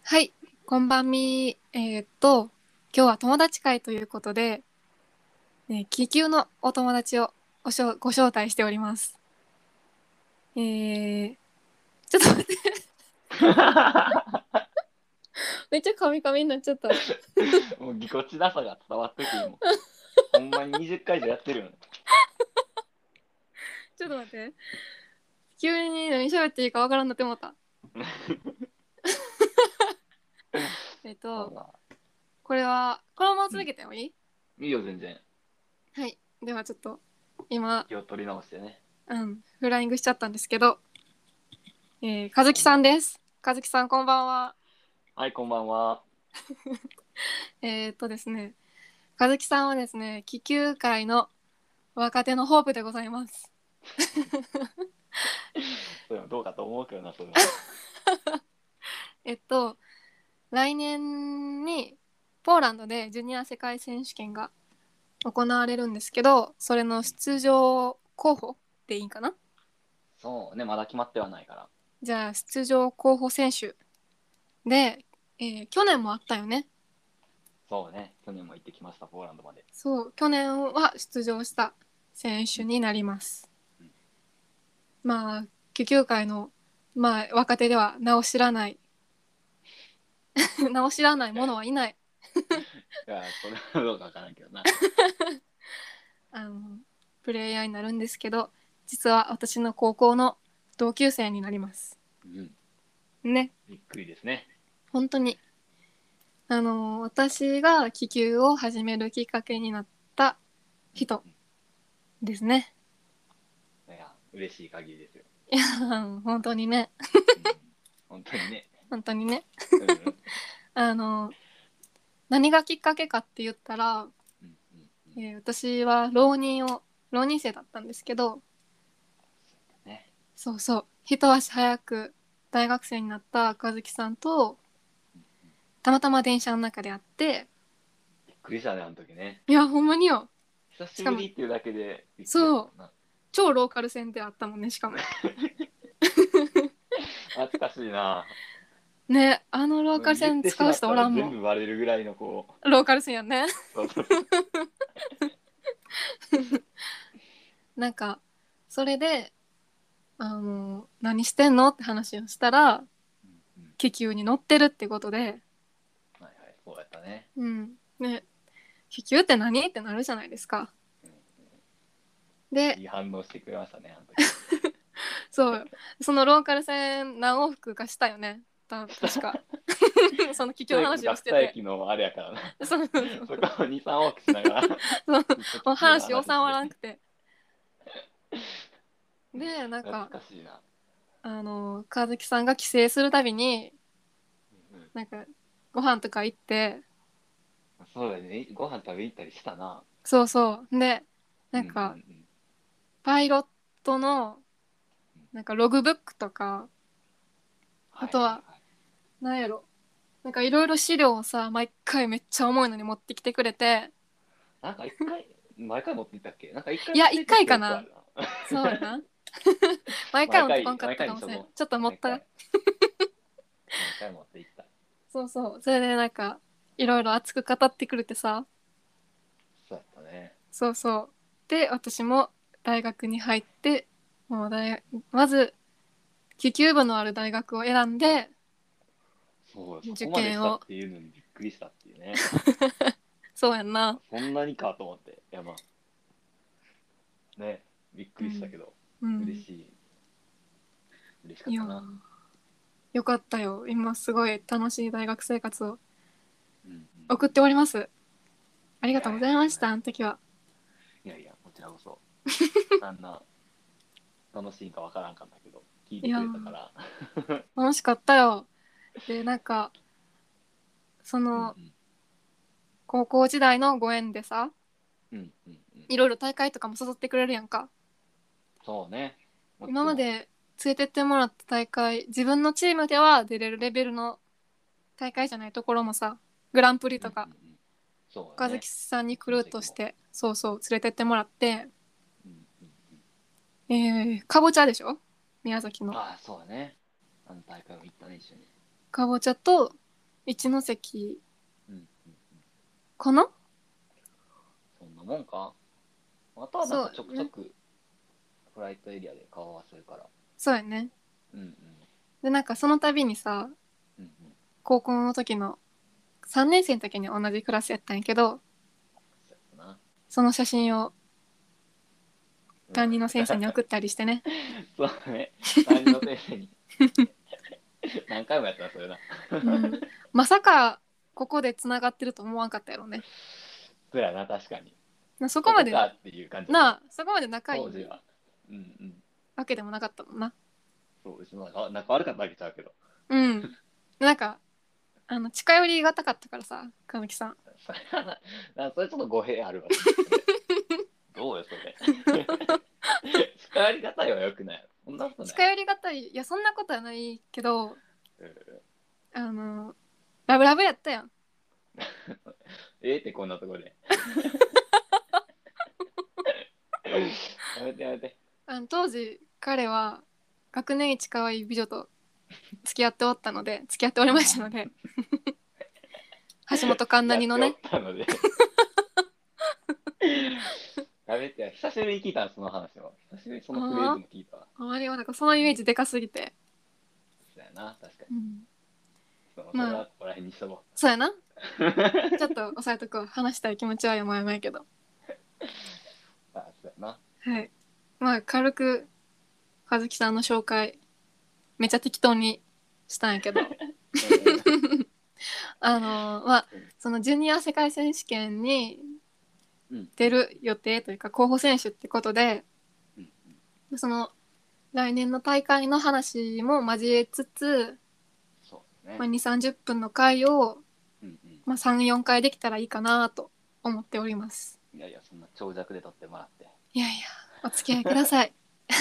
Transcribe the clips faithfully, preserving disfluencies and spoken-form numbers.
はい、こんばんみ。えーっと、今日は友達会ということで、ね、気球のお友達をおしょご招待しております。えー、ちょっと待って、めっちゃカミカミになっちゃった。 もうぎこちなさが伝わってくるもん。ほんまににじゅっかい以上やってるよね。 ちょっと待って。急に何喋っていいかわからんなって思った。えっと、 まあまあ、 これは、このままうん。 続けてもいい？ いいよ、全然。 はい。ではちょっと、今、 気を取り直してね。 うん、フライングしちゃったんですけど、えー、かずきほんまや。 さんです。かずきさん、こんばんは。 はい、こんばんは。 えーっとですね、かずきさんはですね、気球界の若手のホープでございます。 それもどうかと思うけどな、それは。 えっと、来年にポーランドでジュニア世界選手権が行われるんですけど、それの出場候補でいいんかな？ そうね、まだ決まってはないから。 じゃあ、出場候補選手で、えー去年もあったよね。 そうね、去年も行ってきました、ポーランドまで。 そう、去年は出場した選うん、 手になります。 うん。 まあ、球球界の、まあ、若手では名を知らない名を知らない者はいない。 いや、それはどうかわからんけどな。 あのプレイヤーになるんですけど、実は私の高校の同級生になります。 うん、 ね、 びっくりですね。 本当に。あの私が気球を始めるきっかけになったうん、 人うん。 ですね。 いや、嬉しい限りですよ。 いや、本当にね。 うん、本当にね。 本当にね。 うん、うん、 あの何がきっかけかって言ったら、 うん、うん。 えー私は浪人を浪人生だったんですけど、 ね。 そうそう、一足早く大学生になった和樹さんとうん、うん。 たまたま電車の中で会って、 びっくりしたね、あの時ね。 いやほんまによ。 久しぶしかも、 りっていうだけでびっくりやっそう、 たもんな。 超ローカル線で会ったもんね。しかも懐かしいな。 ね、あのローカル言っ線使うてしまったら人おらんもん。 全部バレるぐらいのこう。 ローカル線やんね。 そうそうそう。 なんかそれで、あの何してんのって話をしたら、 うんうん。 気球に乗ってるってことで、 はいはい、そうやったね。 うんね、気球って何ってなるじゃないですか。 うんうん。 で、 いい反応してくれましたね、あの時。 そう、そのローカル線何往復かしたよね。た確かその気球の一駅話をか二してて、 駅のあれやからな。 そうそうそそこをに、さん往復しながらずっとう、 気球の話収ま話して。 らなくて、でなん懐か、 かしいな。 あの和樹さんが帰省するたびにうんうん。 なんかご飯とか行って、 そうだね。ご飯食べに行ったりしたな。 そうそうで、 うんうんうなんかん。 パイロットのうん。 なんかログブックとか、あはいとははいはい。 なんやろ、なんかいろいろ資料をさ、毎回めっちゃ重いのに持ってきてくれて、 なんか一回、毎回持っていったっけ？なんか一回いや一持っていった回かな。 記憶あるそうやな。 な。毎回毎回、 持ってこんかっ毎たかもしれん。 回にしとこちょっとう。 持った。 毎回。毎回持っていった。 そうそう、それでなんかいろいろ熱く語ってくれてさ、 そうやったね。 そうそう、で私も大学に入って、もう大まず気球部のある大学を選んでそう、そ受こまでしたっ験を、 ていうのにびっくりしたっていうね。 そうやんな。 あ、そんなにかと思って。いや、まあ、ね、びっくりしたうんけど、 うん。 嬉しい。嬉しかいやー、 ったな。 よかったよ。今すごい楽しい大学生活をうんうん送っております。ありうん。 がとうごいやいや、 ざいました、 そんな、 あの時は。 いやいや、こちらこそ。あんな楽しいかわからんかったけど、聞いてくいやー、 れたから。 楽しかったよ。で、なんか、その、 うんうん。 高校時代のご縁でさ、 うんうんうん。 いろいろ大会とかも誘ってくれるやんか。 そうね。もちろん。 今まで連れてってもらった大会、自分のチームでは出れるレベルの大会じゃないところもさ、グランプリうんうんとか、 うん。そうだ岡崎ね。 さんに来る一関も。 として、そうそう、連れてってもらって、 うんうんうん。 えー、かぼちゃでしょ、宮崎の。 ああ、そうだね。あの大会も行ったね、一緒に。 かぼちゃと、 一関うんうんうん。 かな。 そんなもんか。あとはなんかちょくちょくフライトエリアで顔合わせるから。 そうやね。 うんうんでなんかその度にさ、 うんうん。 高校の時のさんねん生の時に同じクラスやったんやけど、 そうやな。 その写真をうん、 担任の先生に送ったりしてね。 そうね。担任の先生に何回もやったな、それな。 うん、まさかここでつながってると思わんかったやろね。 そうやな、確かに。 そこまでここかっていう感じだった。 なあ、そこまで仲いい当時は。うんうん。 わけでもなかったもんな。 そう、うちの仲仲悪かったわけちゃうけど。 うん。なんかあの近寄りがたかったからさ、神木さん。 それはな、なそれちょっと語弊あるわ。それどうよ、それ。近寄りがたいはよくない。そんなことない。 近寄りがたい、いやそんなことはないけど、 うん、 あのラブラブやったやん。 ええってこんなところで。やめてやめて。 あの当時彼は学年一可愛い美女と付き合っておったので、付き合っておりましたので、橋本環奈にのね。 やっておったので。やめてや、久しぶりに聞いたの、その話は。久しぶりにそのフレーズあも聞いたわ。 あ、あまりはなんかそのイメージでかすぎて。 そうやな、確かに。 うん、 そのそれまあはここら辺にしとこそうやな。 う。 ちょっと押さえとくわ。話したい気持ちはやまやまやけど。 あ、そうやな。 はい。まあ軽く和樹さんの紹介めっちゃ適当にしたんやけど、あのまあそのジュニア世界選手権にうん。 出る予定というか候補選手ってことで、 うんその来年の大会の話も交えつつ、 そうですね。 まあ、にじゅうさんじゅっぷんの回を、 うんまあ、さん、よんかいできたらいいかなと思っております。 うん。いやいや、そんな長尺で撮ってもらって。 いやいや、お付き合いください。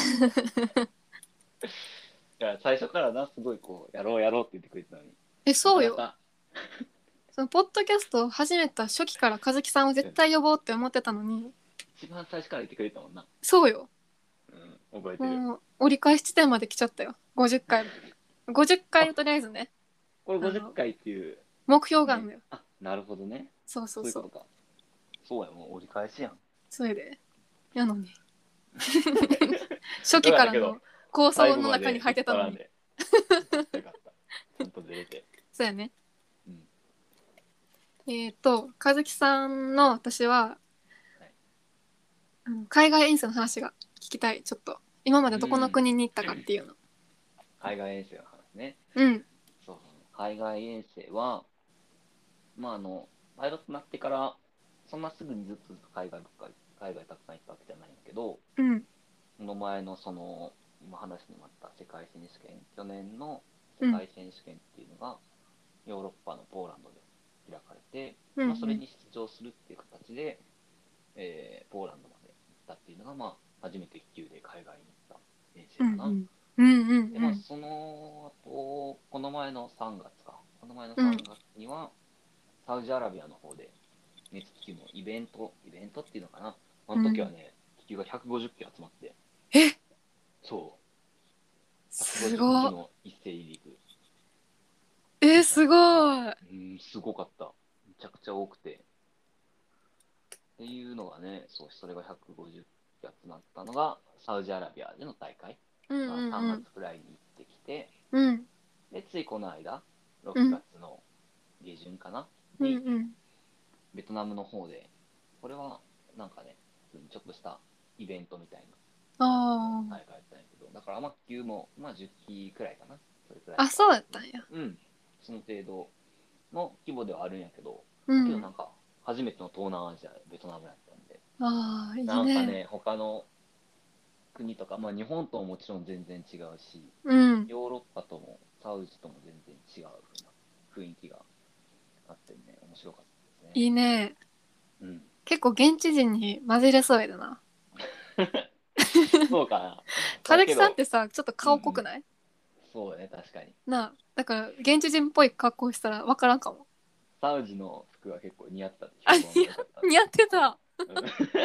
いや、最初からな、すごいこう、やろうやろうって言ってくれてたのに。 え、そうよ。 なかなか、 そのポッドキャストを始めた初期から和樹さんを絶対呼ぼうって思ってたのに、 一番最初から言ってくれたもんな。 そうよ。 うん、覚えてる。 もう折り返し地点まで来ちゃったよ。ごじゅっかい。ごじゅっかいをとりあえずね、 これあのごじゅっかいっていう、 目標があるのね。 よ。 あ、なるほどね。 そうそうそう。 そういうことか。そうや、もう折り返しやん。 それで。やのに。初期よかったけど、 からの構最想の中に後まで引っ入ってたのに。 張らんで。よかった。ちゃんと出れて。 そうやね。 うん。 えっ、と、和樹さんの私は、 はい、 あの海外遠征の話が聞きたい。ちょっと。今までどこのうん、 国に行ったかっていうの。 海外遠征の話ね。 うん。 そうそう。海外遠征は、まああの、パイロットになってから、そんなすぐにずっと海外ばっかり、海外たくさん行ったわけじゃないんだけど、 うん。 この前のその、今話にもあった世界選手権、去年のうん。 世界選手権っていうのが、ヨーロッパのポーランドで開かれて、 うん。 まあ、それに出場するっていう形で、えーポーランドまで行ったっていうのが、まあ、初めて気球で海外に行った遠征うん。 かな。 うん。うん。 で、まあ、その後、この前のさんがつか、この前のうん。 さんがつには、サウジアラビアの方で、熱気球のイベント、イベントっていうのかな。あの時はね、気球がひゃくごじゅっき集まって、 え、 そう、 すひゃくごじゅっきごい。 の一斉離陸。 え、すごい。 うん、すごかった。めちゃくちゃ多くて。っていうのがね、そう、それがひゃくごじゅっき集まったのが、サウジアラビアでの大会うんが3 うん月くらいに行ってきて、 うん。うん。 で、ついこの間、6 うん。 月の下旬かな、 うんに、 うん。 ベトナムの方で、これはなんかね、ちょっとしたイベントみたいな感じのあ大会だったんやけど、だからまあ球も、まあ、じゅっきくらいかな、それくらいあ。あ、 しか、 そうやったんや。 うん、その程度の規模ではあるんやけど、 うん。 だけどなんか、初めての東南アジア、ベトナムだったんで、 ああ、いいね。 なんかね、他の国とか、まあ日本とももちろん全然違うし、 うん。 ヨーロッパともサウジとも全然違う風な雰囲気があってね、面白かったですね。 いいね。 うん。 結構現地人に混ぜれそうやだな。 そうかな。だ和樹さんっけど、 てさ、ちょっとうんうん、 顔濃くない？ そうね、確かに。 なあ。だから、現地人っぽい格好したら分からんかも。 サウジの服は結構似合ったってあ、 評判が似合良かったんで。 似合ってた。 うん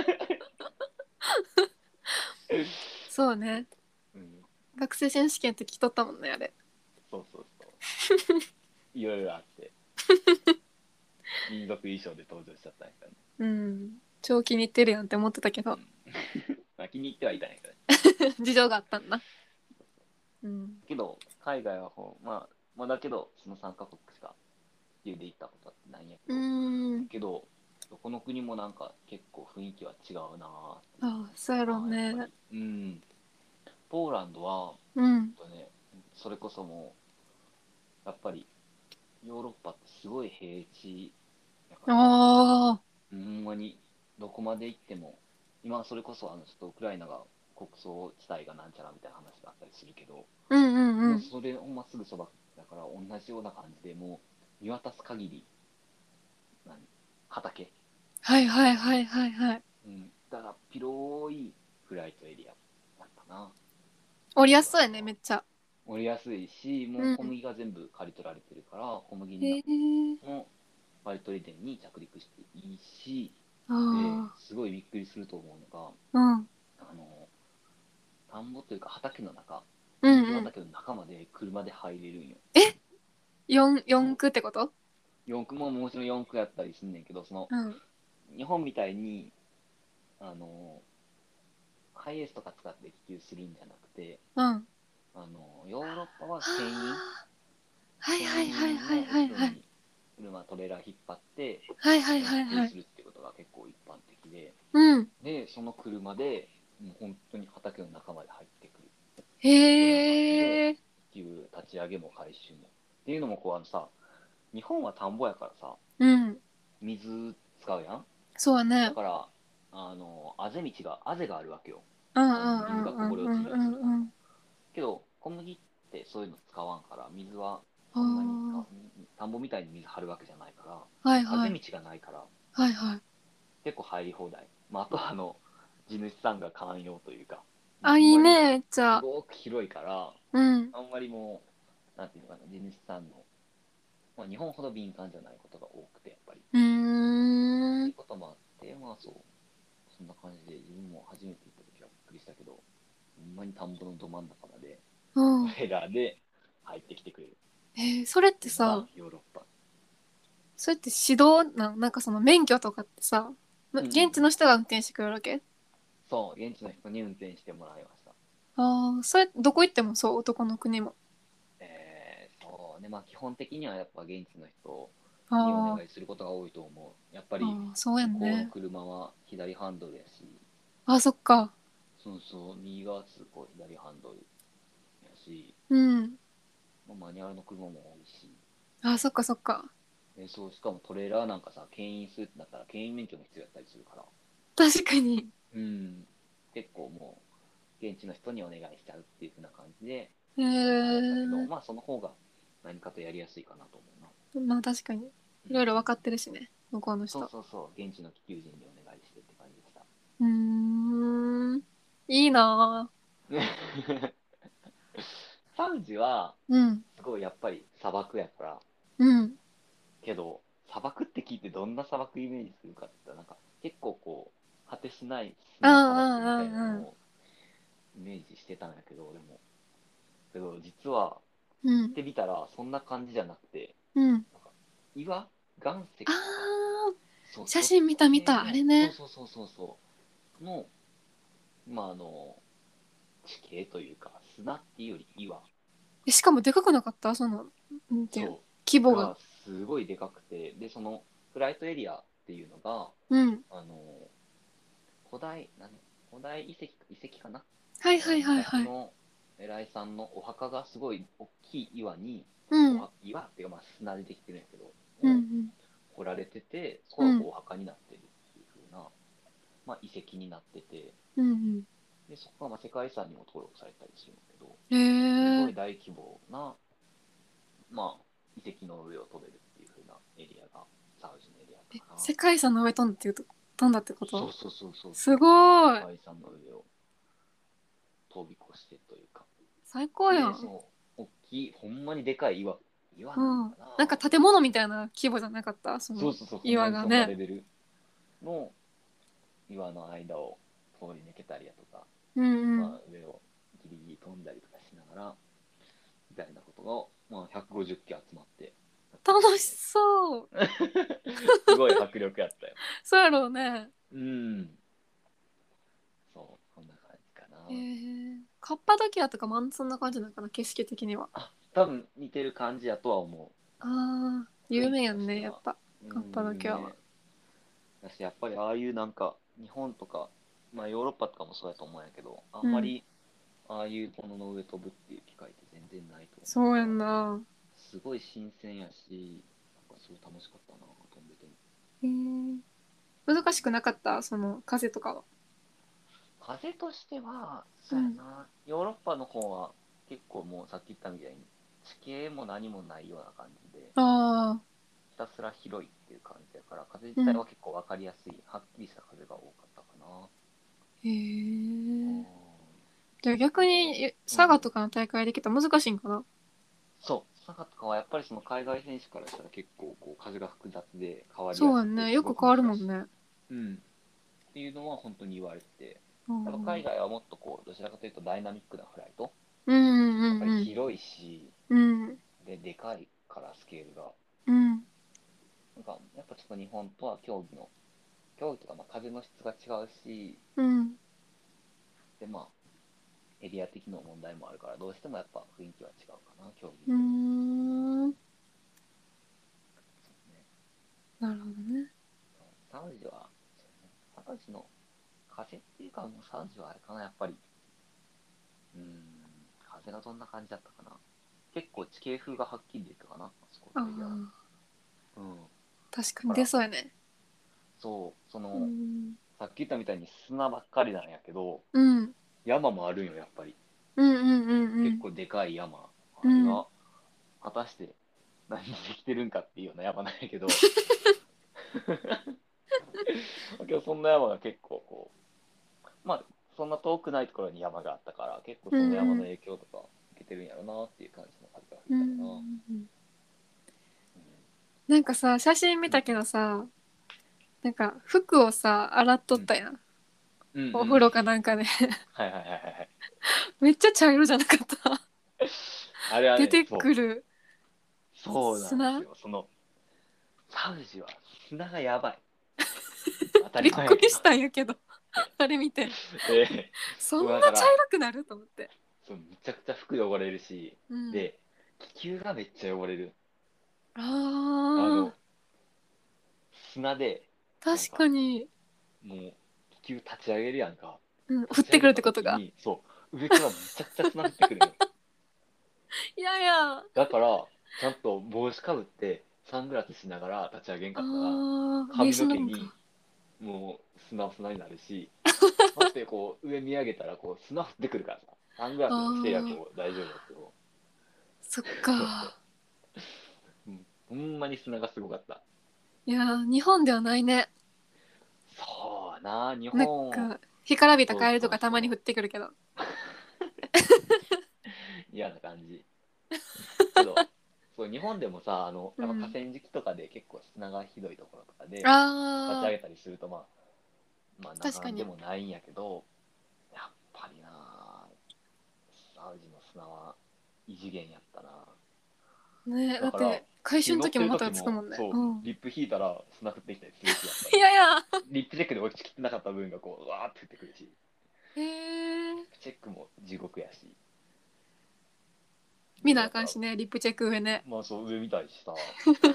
そうね。 うん、 学生選手権って聞き取ったもんね、あれ。 そうそうそう。いろいろあって。 民族衣装で登場しちゃったんやけどね。 うん超気に入ってるやんって思ってたけど、 うんまあ気に入ってはいたんやけどね。 事情があったんだ。うんけど、海外はほう、まあ、まあだけど、そのさんカ国しか家で行ったことはないんやけうど、 んけど、どこの国もなんか結構雰囲気は違うなぁっていうあそうやろうね。 あやっぱり。うん。ポーランドは、 うんとね、それこそもう、やっぱりヨーロッパってすごい平地だから、 ああほんまにどこまで行っても、今それこそあのちょっとウクライナが国葬地帯がなんちゃらみたいな話があったりするけど、 うんうんうんもうそれほんますぐそばだから同じような感じでもう見渡す限り、何畑。 はいはいはいはいはい。 うん。だから広いフライトエリアだったな。 折りやすそうやねめっちゃ。 降りやすいし、もう小うん麦が全部刈り取られてるから、小麦へえの刈り取り店に着陸していいし、 あで、 あすごいびっくりすると思うのが、 うんあの、田んぼというか畑の中、小麦うんうん畑の中まで車で入れるんよ。 え四四そう。 駆ってこと？ 四駆ももちろん四駆やったりすんねんけど、その、 うん日本みたいに、あの、ハイエースとか使って気球するんじゃなくて、 うんあの、ヨーロッパはは牽引あはい牽はいはい引のはいはいはい後ろに車、トレーラー引っ張って、 はいはいまあ、 はいはい飛行するっていうことが結構一般的で、 うんで、その車で、もう本当に畑の中まで入ってくるような感じで、 へえ気球立ち上げも回収も。っていうのも、こう、あのさ、日本は田んぼやからさ、 うん水使うやん。 そうやねだから、あの、あぜ道が、あぜがあるわけよ。 うんうあの水がこぼれんうんうんう落ちるようにするための。 んうんけど、小麦ってそういうの使わんから、水はあそんなにーか、田んぼみたいに水張るわけじゃないから、あぜ道はいはいがないから、 はいはい結構入り放題。まあ、あとはあの、地主さんが寛容というか、もうあいほんまにいねめっちゃすごく広いから、 うんあんまりもう、なんていうのかな、地主さんの、まあ、日本ほど敏感じゃないことが多くて、やっぱり。っうーんていうこともあって、まあそう、そんな感じで、自分も初めて行った時はびっくりしたけど、ほんまに田んぼのど真ん中まで、トうんレーラーで入ってきてくれるっえーそれっていうのがてさヨーロッパ。 それって指導なんなんかその免許とかってさむうんうんうん。 現地の人が運転してくれるわけ？ そう、現地の人に運転してもらいました。 ああそれどこ行ってもそう男の国もえー、そうね、まあ基本的にはやっぱ現地の人にお願あいすることが多いと思う。やっぱーりあーそうや向こうのんね車は左ハンドルやし、 あそっかそうそう、右側通行左ハンドルやし、 うんまあ、マニュアルの車も多いし、 あそっかそっかでそうしかもトレーラーなんかさ、牽引するってなったら牽引免許も必要やったりするから、 確かにうん、結構もう現地の人にお願いしちゃうっていう風な感じで、 へあれやったけど、 えまあその方が何かとやりやすいかなと思うな。 まあ確かにいろいろ分かってるしね向こうのそう人そうそう、現地の気球人にお願いしてって感じでした。 うーんいいなサウジは、 ぁうんすごいやっぱり砂漠やから、 うんけど、砂漠って聞いてどんな砂漠イメージするかって言ったら、なんか結構こう、果てしないうんう砂砂漠みたいなのんうんをイメージしてたんやけど、でも、けど実は行うんってみたらそんな感じじゃなくて、 うんなんか岩、岩石あとか、 ーそう、そっち写真見た見たあ系の、 れねそうそうそうそうそう、の、まああの、地形というか、砂っていうより岩、 えしかもでかくなかったそのなんていうのそう、 規模ががすごいでかくて、で、そのフライトエリアっていうのが、 うんあの、古代、何古代遺跡、遺跡かな、 はいはいえーはいはい昔の偉いさんのお墓がすごい大きい岩に、 うんおは岩っていうかまあ砂でできてるんやけど、をうん掘られてて、そこうんうんがこうお墓になってるっていう風な、まあ、遺跡になってて、 うんで、そこがまあ世界遺産にも登録されたりするんだけど、 うんへえすごい大規模な、まあ、遺跡の上を飛べるっていう風なエリアがサウジのエリアだったかな。 世界遺産の上飛んだっていうと飛んだってことそうそうそうそうそう。 すご世い界遺産の上を飛び越してというか。 最高やで、そんの、大きい、ほんまにでかい岩、岩なのうんかな。 なんか建物みたいな規模じゃなかったそのそうそうそう、ほんまにそんな岩がねレベルの岩の間を通り抜けたりやとか、 うんうんまあ、上をギリギリ飛んだりとかしながら、みたいなことが、まあ、ひゃくごじゅっ機集まってやっ楽しそう。 すごい迫力やったよ。 そうやろうね。 うん。そう、こんな感じかな。 へえ。カッパドキアとかもあんそんな感じなのかな、景色的には。 あ、多分似てる感じやとは思ああ、 う。雰囲有名やんね、 気としては。 やっぱ。カッうん、 パドキアは。 有名。だし、やっぱりああいうなんか、日本とか、まあヨーロッパとかもそうやと思うんやけど、あうん。 んまりああいうものの上飛ぶっていう機会って全然ないと思そうやうから、 んな。 すごい新鮮やし、なんかすごい楽しかったな、飛んでても。 へえ。難しくなかった、その風とかは。 風としては、 うん。 そうやな、ヨーロッパの方は結構もうさっき言ったみたいに、地形も何もないような感じで、 ああ。 ひたすら広いっていう感じだから、風うん。 自体は結構分かりやすい、はっきりした風が多かったかな。 へえ。 うじゃあ逆にえん。うん。 佐賀とかの大会できたら難しいんかな。 そう、佐賀とかはやっぱりその海外選手からしたら結構こう風が複雑で変わりやすそうやんね。 くてすごよく変わく難しい。 るもんね。 うん。っていうのは本当に言われてて、 うやっぱ海ん外はもっとこう、どちらかというとダイナミックなフライト、 うんやっぱりうん広いし、 うん。うん。 で、でかいからスケールが。 うん。 なんか、やっぱちょっと日本とは競技の、競技とかまあ風の質が違うし、 うん。 で、まあ、エリア的な問題もあるから、どうしてもやっぱ雰囲気は違うかな、競技うーで。 ん。 そうね。 なるほどね。 サウジは、サウジの風っていうか、もうサウジはあれかな、やっぱり。うーん、風がどんな感じだったかな。結構地形風がはっきり出たかな、あそこあのエリアは。 あ。 うん。 確かに出だから、 そうやね。 そう、そうの、 ん。 さっき言ったみたいに砂ばっかりなんやけど、 うん。 山もあるんよ、やっぱり。 うんうんうんうん。 結構でかい山。 うん。 あれが、果たして何でできてるんかっていうような山なんやけど、だけどそんな山が結構こう、まあ、そんな遠くないところに山があったから、結構うその山んうん。 の影響とか受けてるんやろなっていう感じの風が吹うんういたかな。 んうん。なんかさ、写真見うん。 たけどさ、なんか服をさ、洗っとうん。 ったやん。 うんうんうん。 お風呂かなんかで。 はいはいはいはいはい。 めっちゃ茶色じゃなかった。 あれはね、 出てそう。 くるそうなんです砂。 よ。その、サウジは砂がやばい。当たびっり前やけど。 くりしたんやけど。あれ見て。 で、 そんな茶もうだから、 色くなると思って。 そうめちゃくちゃ服汚れるし、 うん。 で、気球がめっちゃ汚れる。あああ、 の、砂で、なん確か、 かに。 もう、気球立ち上げるやんか。 うん、降ってくるっ立ち上げたてことが。 時に、そう、上からめちゃくちゃ砂降ってくるのよ。 いやいや。あだから、ちゃんと帽子かぶって、サングラスしながら立ち上げんかったら、 あ、見髪の失うんか。 毛にもう砂砂になるし、ましてこう上見上げたらこう砂降ってくるからさ、サングラあスしてりゃあ、 こう大丈夫だけど、 そっか。 うん、ほんまに砂がすごかった。 いや、日本ではないね。 そうな、日なん本、 か、干からびたそうカエルとそうそかたまに降ってくるけど。 う、嫌な感じ。けど、そう、日本でもさ、あの、やっぱ河うん。 川敷とかで結構砂がひどいところとかで立ちああ、 上げたりすると、まあ、まあ、 確かに。 なんでもないんやけど、やっぱりな、サウジの砂は異次元やったな。 ね、だだから、 って、回収の気球乗ってる時もまた時も、 つくもんね。 そう、 うん。 リップ引いたら砂降ってきたりするし、やっぱり。 いやいや。 リップチェックで落ちきってなかった分がこう、うわーって降ってくるし、リへえ。 ップチェックも地獄やし、 見なあでだから、 かんしね、リップチェック上ね。 まあそう、上見たいしさ、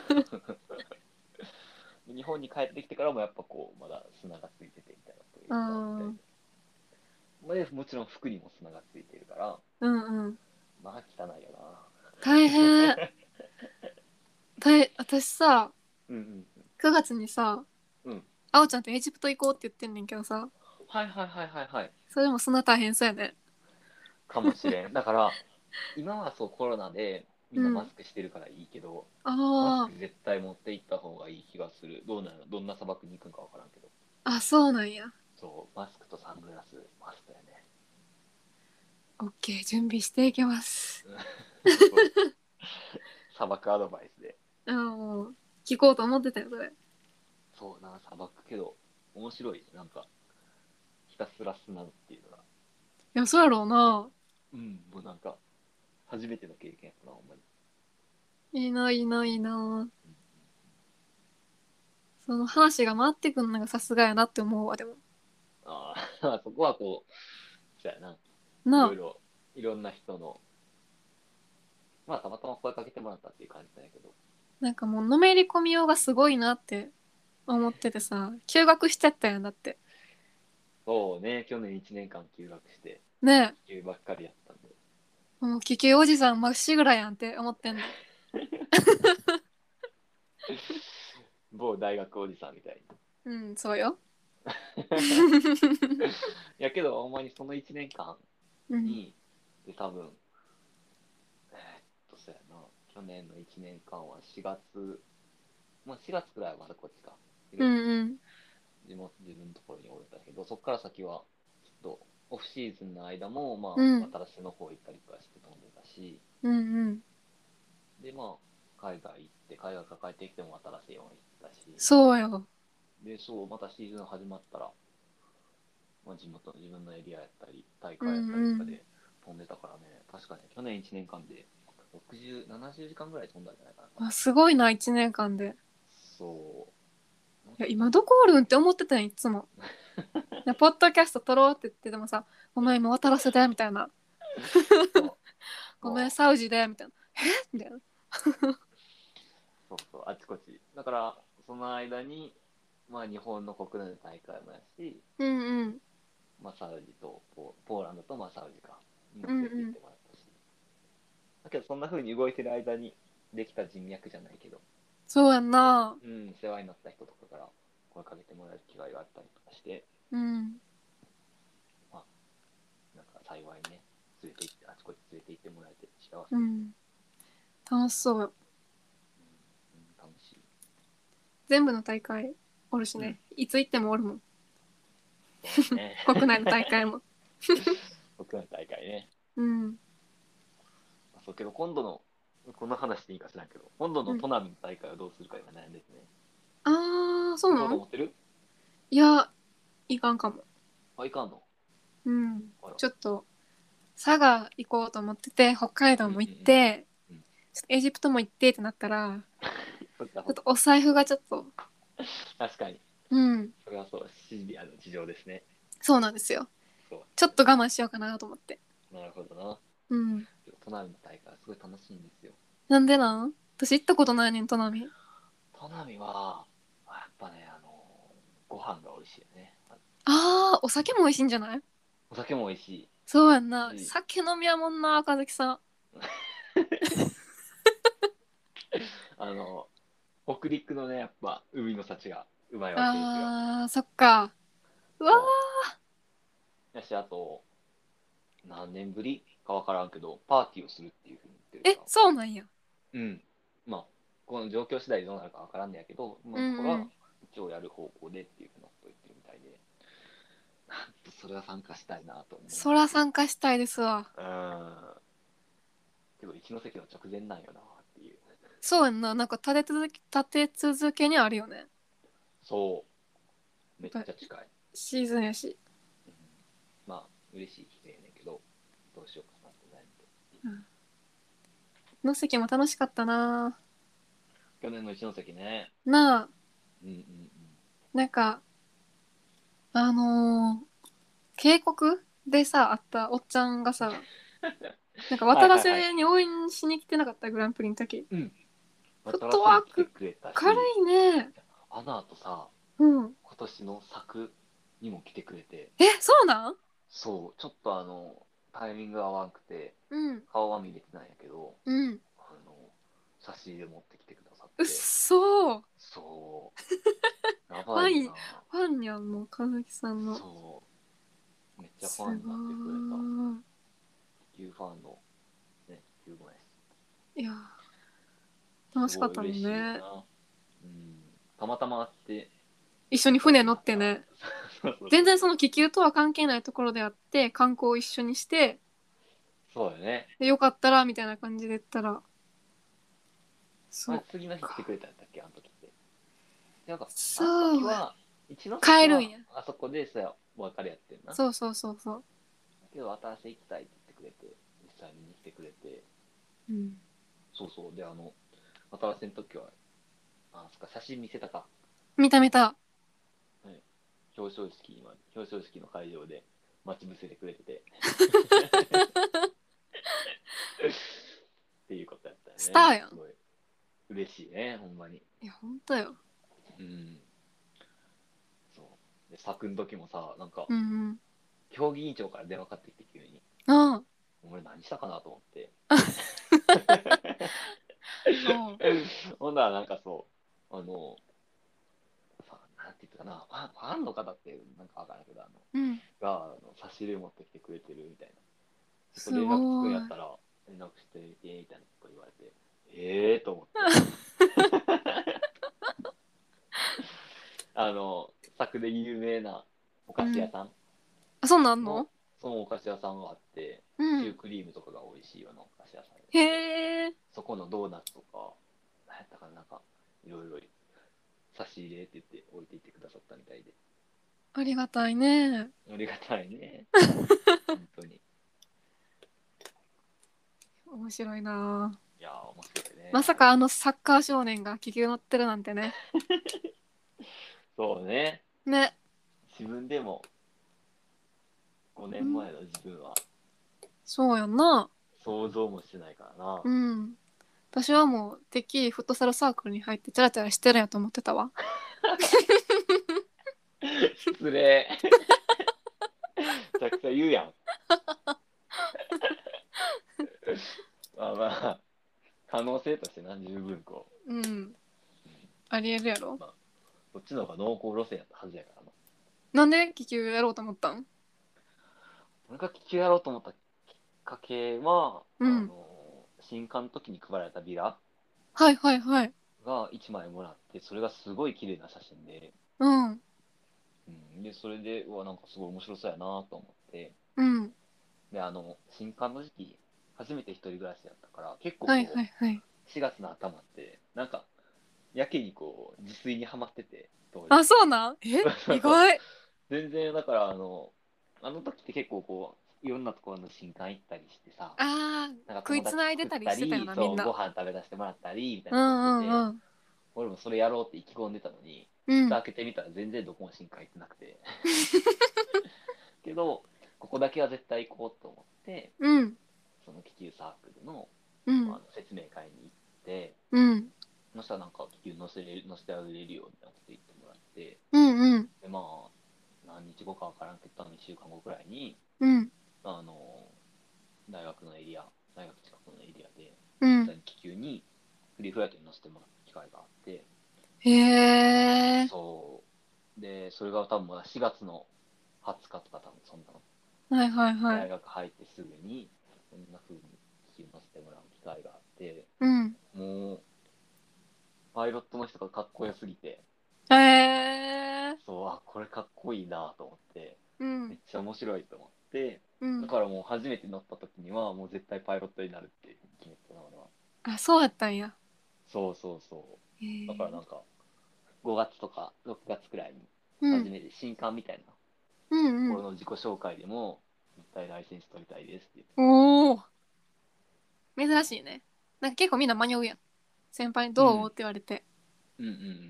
日本に帰ってきてからもやっぱこう、まだ砂がついててみたいなことうよくあるみたいで。 ん。 まあ、でもちろん服にも砂がついてるから、 うんうん。 まあ汚いよな。 大変。大私さ、 うんうんくがつにさ、 うん。うん。 あおちゃんとエジプト行こうって言ってんねんけどさ、 はいはいはいはいはい。 それでもそんな大変そうやね。 かもしれん。だから、今はそうコロナでみんなマうん。 スクしてるからいいけど、マスあク絶対持って行った方がいい気がする。どうなの、どんな砂漠に行くんかわからんけど。 あ、あ、そうなんや。 そう、マスクとサングラス、マストやね。 オッケー、準備していきます。 そう。砂漠アドバイスで。 うん、聞こうと思ってたよ、それ。 そうな、砂漠けど、面白い。なんか、ひたすら砂っていうのが。 いや、そうやろうな。 うん、もうなんか、初めての経験やったな、ほんまに。 いいないいないいな。 うん、 その話が回ってくるのがさすがやなって思うわ、でも。 ああ、そこはこう、そうやな。いなあ。 ろいろ、いろんな人の、まあ、たまたま声かけてもらったっていう感じなんやけど。 なんかもうのめり込みようがすごいなって思っててさ、休学しちゃったやんだって。 そうね、去年いちねんかん休学して、 ね休ばっかりやったんで。 え、もう気球おじさんまっしぐらやんって思ってんで。 某大学おじさんみたいうん、そうよ。 に。やけど、ほんまにそのいちねんかうん、 んに、で、多分、えーっと、そうやな、去年のいちねんかんはしがつ、まあしがつくらいはまだこっちか。 うん、うん、 地元、自分のところにおれたけど、そこから先は、ちょっと、オフシーズンの間も、まあ、 うん、 渡良瀬の方行ったりとかして飛んでたし、 うん、うん。 で、まあ、海外行って、海外から帰ってきても渡良瀬よん行ったし、 そうよ。 で、そう、またシーズン始まったら、まあ、地元、自分のエリアやったり、大うん、 会やったりうん。 とかで飛んでたからね、確かに去年いちねんかんでろくじゅう、ななじゅうじかんぐらい飛んだんじゃないかな、多分。 あ、すごいな、一年間で。 そう。もういや、 ちょっとか今どこおるんって思ってたんいつも。いやポッドキャスト撮ろうって言ってでもさ、お前今渡らせて、みたいな。 な。そう。 ごめん、 もサウジで、みたいな。えみたいな。 う、そうそう、あちこち。だから、その間に、まあ、日本の国内の大会もやし、 うんうん。 まあ、サウジとポー、ポーランドと、まあ、サウジか、にもうんうん。 連れて行ってもらったし。だけど、そんな風に動いてる間にできた人脈じゃないけど、 そうやんな。 うん、世話になった人とかから声かけてもらえる機会があったりとかして、 うん。 まあ、なんか幸いね、連れて行って、あちこち連れて行ってもらえて幸せです。 うん。楽しそうよ。 うん、うん、楽しい。 全部の大会おるしうん、 ね。いつ行ってもおるもん。 そうね。 国内の大会も。 僕の大会ね。 うん。 あ、そうけど、今度の、この話でいいか知らんけど、今度うん。 のトナミの大会はどうするか今悩んでてね。 あー、そう行こうなんと思ってる？ いや、いかんかも。 あ、いかんの？ うん。 あら。 ちょっと、佐賀行こうと思ってて、北海道も行っうんうんうん。 て、 うん、 ちょっとエジプトも行ってってなったら、 そっかちょっとそっか。 お財布がちょっと、 確かに。 うん。 それはそう、シビアの事情ですね。 そうなんですよ。 そうちょっとね。 我慢しようかなと思って。 なるほどな。 うん。 トナミの大会はすごい楽しいんですよ。 なんでなん私行ったことないねん、トナミ。 トナミは、やっぱね、あのご飯が美味しいよね。 あー、お酒も美味しいんじゃないお酒も美味しそうやんな。 いし、 酒飲みやもんな、赤崎さん。 あの、北陸のね、やっぱ海の幸がうまいわけですよ。 あー、そっか。うわそう。やし、あと、何年ぶりかわからんけど、パーティーをするっていうふうに言ってー。え、 るから。 そうなんや。 うん。まあ、この状況次第でどうなるかわからんねやけど、今うのところはんうん。 一応やる方向でっていうふうなことを言ってるみたいで、なんとそれは参加したいなと思いそらつつ、 参加したいですわ。 うーん。けど、一ノ関の直前なんよなっていう。 そうやんな。なんか立て続け、立て続けにあるよね。 そう。めっやっぱちゃ近い。 シーズンやし。 うん、まあ、嬉しい日やねんけど、どうしようかなって悩んで。 うん。の席も楽しかったな。 去年の一ノ関ね。 なあ、 うんうんうん。 なんか、あのー渓谷でさ、あったおっちゃんがさ、なんか渡良はいはいはい。 瀬に応援しに来てなかったグランプリの時。 うん。 フッ渡良トワーク瀬に来てくれた軽し、 いね。 あの後さ、 うん。 今年の作にも来てくれて、 え、そうなんそう、ちょっとあの、タイミングが合わんくて、 うん。 顔は見れてないんやけど、 うん。 あの、差し入れ持ってきてくださっうって、 そー。 そう、やファン、 ばいよな。 ファンにゃんもう、和樹さんの。 そう、めっちゃフすァンにごなってくれた。 ー気球ファンの、ね、気球もやし、 い。いやー、楽すしかったもごい嬉しいよんね。 な。うん、たまたま会って、 一緒に船仲良くなった。 乗ってね。 そうそう全然そそうそう。 の気球とは関係ないところであって、観光を一緒にして、 そうよね。 で、よかったら、みたいな感じで言ったら、そうあれ、次の日来てくか。 れたんだっけ、あの時って。なんか、あのそう。 時は、一ノ関は、 帰るんや。 あそこでさ、お別れやってんな。 そうそうそうそう。 けど、新しい行きたいって言ってくれて、実際に来てくれて、 うん。 そうそう。で、あの、 渡らせの時は、あ、そっか、写真見せたか。 見た見た。 はい、表彰式には、表彰式の会場で待ち伏せてくれてて。っていうことやったよね。 スターやん。 すごい嬉しいね、ほんまに。 いや、ほんとよ。 うん。そう。で、作の時もさ、なんか、 うんうん。 競技委員長から電話かかってきて急に。 あ俺何したかなと思って。 あ。おう。 ほんならなんかそう、あの、さなんて言ったかな、ファンファンの方ってなんかわからんけど、あの、 うん。 が、あの差し入れ持ってきてくれてるみたいな。ちょっとす連絡つくんごい。 やったら連絡してみて、みたいなこと言われて、ええーと思って。あの、作で有名なおうん。 菓子屋さんあ、そんなんあんの、 の？ そのお菓子屋さんがあって、 うん。 シュークリームとかが美味しいようなお菓子屋さんやへって、 え。 そこのドーナツとか、何やったかな、なんか、いろいろ差し入れって言って置いていってくださったみたいで。 ありがたいね。 ありがたいね。本当に。 面白いな。 いやー、面白いね、あれ。 まさかあのサッカー少年が気球乗ってるなんてね。 そうね。 ね。 自分でも5 うん。 年前の自分はそうやんな。 想像もしてないからな。 うん。私はもうてっきりフットサルサークルに入ってチャラチャラしてるんやと思ってたわ。 失礼。めちゃくちゃ言うやん。まあまあ、可能性として何十分こうん。 う、うん、 ありえるやろ。 まあ、こっちの方が濃厚路線やったはずやからな。 なんで気球やろうと思ったん？ 俺が気球やろうと思ったきっかけは、 うん。 あの、新刊の時に配られたビラはいはいはい。 がいちまいもらって、それがすごい綺麗な写真で、 うん。 うん、で、それで、うわ、なんかすごい面白そうやなと思って、 うん。 で、あの、新刊の時期、初めて一人暮らしやったから、結構はいこはいはい。 う、しがつの頭って、なんか、やけにこう、自炊にはまってて、当あ、 時。 そうなん？え、 そうそう。 意外。 全然、だから、あの、あの時って結構こう、いろんなところの新刊行ったりしてさ、 あー、 なんか食いつ友達作っないでたりたり、 してたよな、みんそう、ごな。 飯食べさせてもらったり、みたいなことしうんうてて、 んうん。 俺もそれやろうって意気込んでたのに、 うん。 蓋開けてみたら全然どこも新刊行ってなくて。けど、ここだけは絶対行こうと思って、 うん。 その気球サークルの、 うん。 まあ、説明会に行って、 うん。 そしたらなんか気球乗せれ乗せてあげれるよみたいなこと言ってもらって、 うんうん。 で、まあ、何日後かわからんけど、にしゅうかんごくらいに、 うん。 あの、大学のエリア、大学近くのエリアで、 うん。 実際に気球にフリーフライトに乗せてもらった機会があって、 へえ。 そう。で、それが多分まだしがつのはつかとか多分そんなの。 はいはいはい。 大学入ってすぐに、こんな風に気球乗せてもらう機会があって、 うん。 もう、パイロットの人がかっこよすぎて、 へえ。 そう、あ、これかっこいいなと思って、 うん。 めっちゃ面白いと思って、 うん。 だからもう初めて乗った時には、もう絶対パイロットになるって決めてたな、俺は。 あ、そうやったんや。 そうそうそう。 へだからえ。 なんか、ごがつとかろくがつくらいに、 うん。 初めて新刊みたいなうんうん。 ところの自己紹介でも、絶対ライセンス取りたいですって言ってた。 おお。珍しいね。なんか結構みんな迷うやん。先輩にうん。 どうって言われて、 うんうんうんうんうん。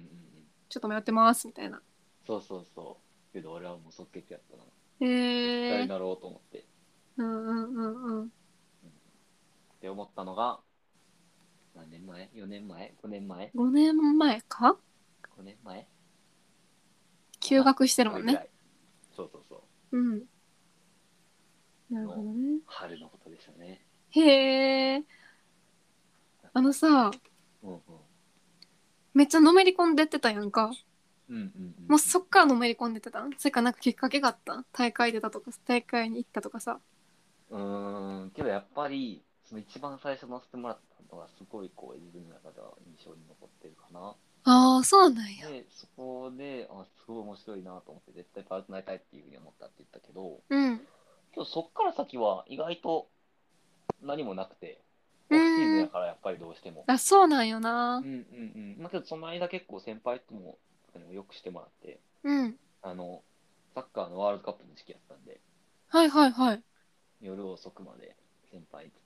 ちょっと迷ってますみたいな。 そうそうそう。けど俺はもう即決やったな。絶へえ。 対なろうと思って。 うんうんうんうん。 うん、って思ったのが、何年前 ?よ 年前 ?ご 年前ごねんまえか？ ?ご 年前かな、 休学してるもんね。 それぐらい。そうそうそうん。なう。 るほのどね。 春のことでしたね。 へえ。あのさ、 うんうん。 めっちゃのめり込んでってたやんか。 うんうんうんもうそっからのめり込んでってたん？それかなんかきっかけがあったん？大会出たとか、大会に行ったとかさ。 うん。うーん、けどやっぱり、その一番最初乗せてもらったのがすごいこう自分の中では印象に残ってるかな。 ああ、そうなんや。 で、そこで、あ、すごい面白いなと思って、絶対パートになりたいっていうふうに思ったって言ったけど、 うん。 けどそっから先は意外と何もなくて、 うオフシーズンーん。 やからやっぱりどうしても。 あ、そうなんよな。 うんうんうん。まあけどその間結構先輩ともあのよくしてもらって、 うん。 あの、サッカーのワールドカップの時期やったんで、 はいはいはい。 夜遅くまで先輩来て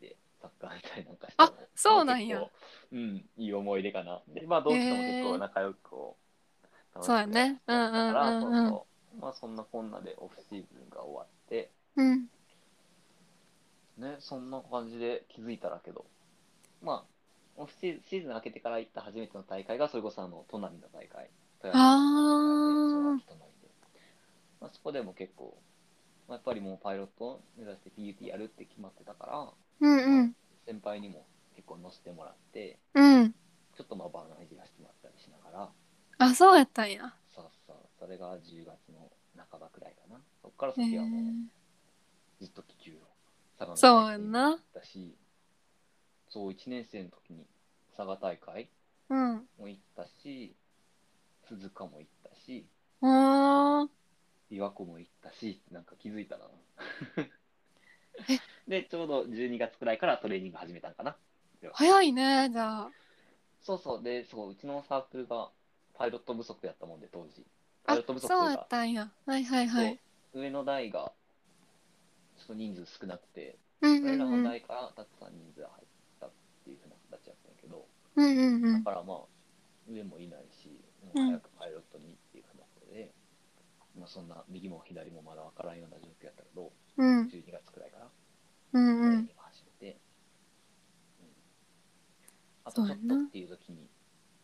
サッカーみたいなんかしたのあ、そうなんや。 結構、うん、いい思い出かな。で、まあ、同期とも結構仲良くこう、楽そうしくややね。うんうったから、 んうんうん。 そうそう。まあ、そんなこんなでオフシーズンが終わって、 うん。 ね、そんな感じで気づいたらけど、まあ、オフシーズン、シーズン明けてから行った初めての大会が、それこそあの、砺波の大会、富あ山での大会で、そのー。 秋砺波で。まあ、そこでも結構、まあ、やっぱりもうパイロットを目指して ピーユーティー やるって決まってたから、 うんまあ、 うん。 先輩にも結構乗せてもらって、 うん。 ちょっとまあバーナーいじらせてもらったりしながら、 あ、そうやったんや。 そうそう、それがじゅうがつの半ばくらいかな。そっからへ先はもえ。 うずっと気球を、佐賀の大そうや会にも行っんな。 たし、そう、いちねん生の時に佐賀大会うん。 も行ったし、鈴鹿も行ったし、 あー。 琵琶湖も行ったし、なんか気づいたな。 え、 で、ちょうどじゅうにがつくらいからトレーニング始めたんかな。では早いね、じゃあ。 そうそう、で、そう、うちのサークルがパイロット不足やったもんで、当時。パイあ、 ロット不足とそうやっいうか、 たんや。はいはいはい。 そう、上の代がちょっと人数少なくて、 うんう俺らのんうん。 代からたくさん人数が入ったっていう風な形やったんやけど、 うんうんうん。 だからまあ、上もいないし、もううん早くパイロットにっていう風なことで、まあ、そんな右も左もまだ分からんような状況やったけど、 うんじゅうにがつくらいからうんうん。 トレーニング始めて、うん、あとちょっとっそうやんな。 ていう時に、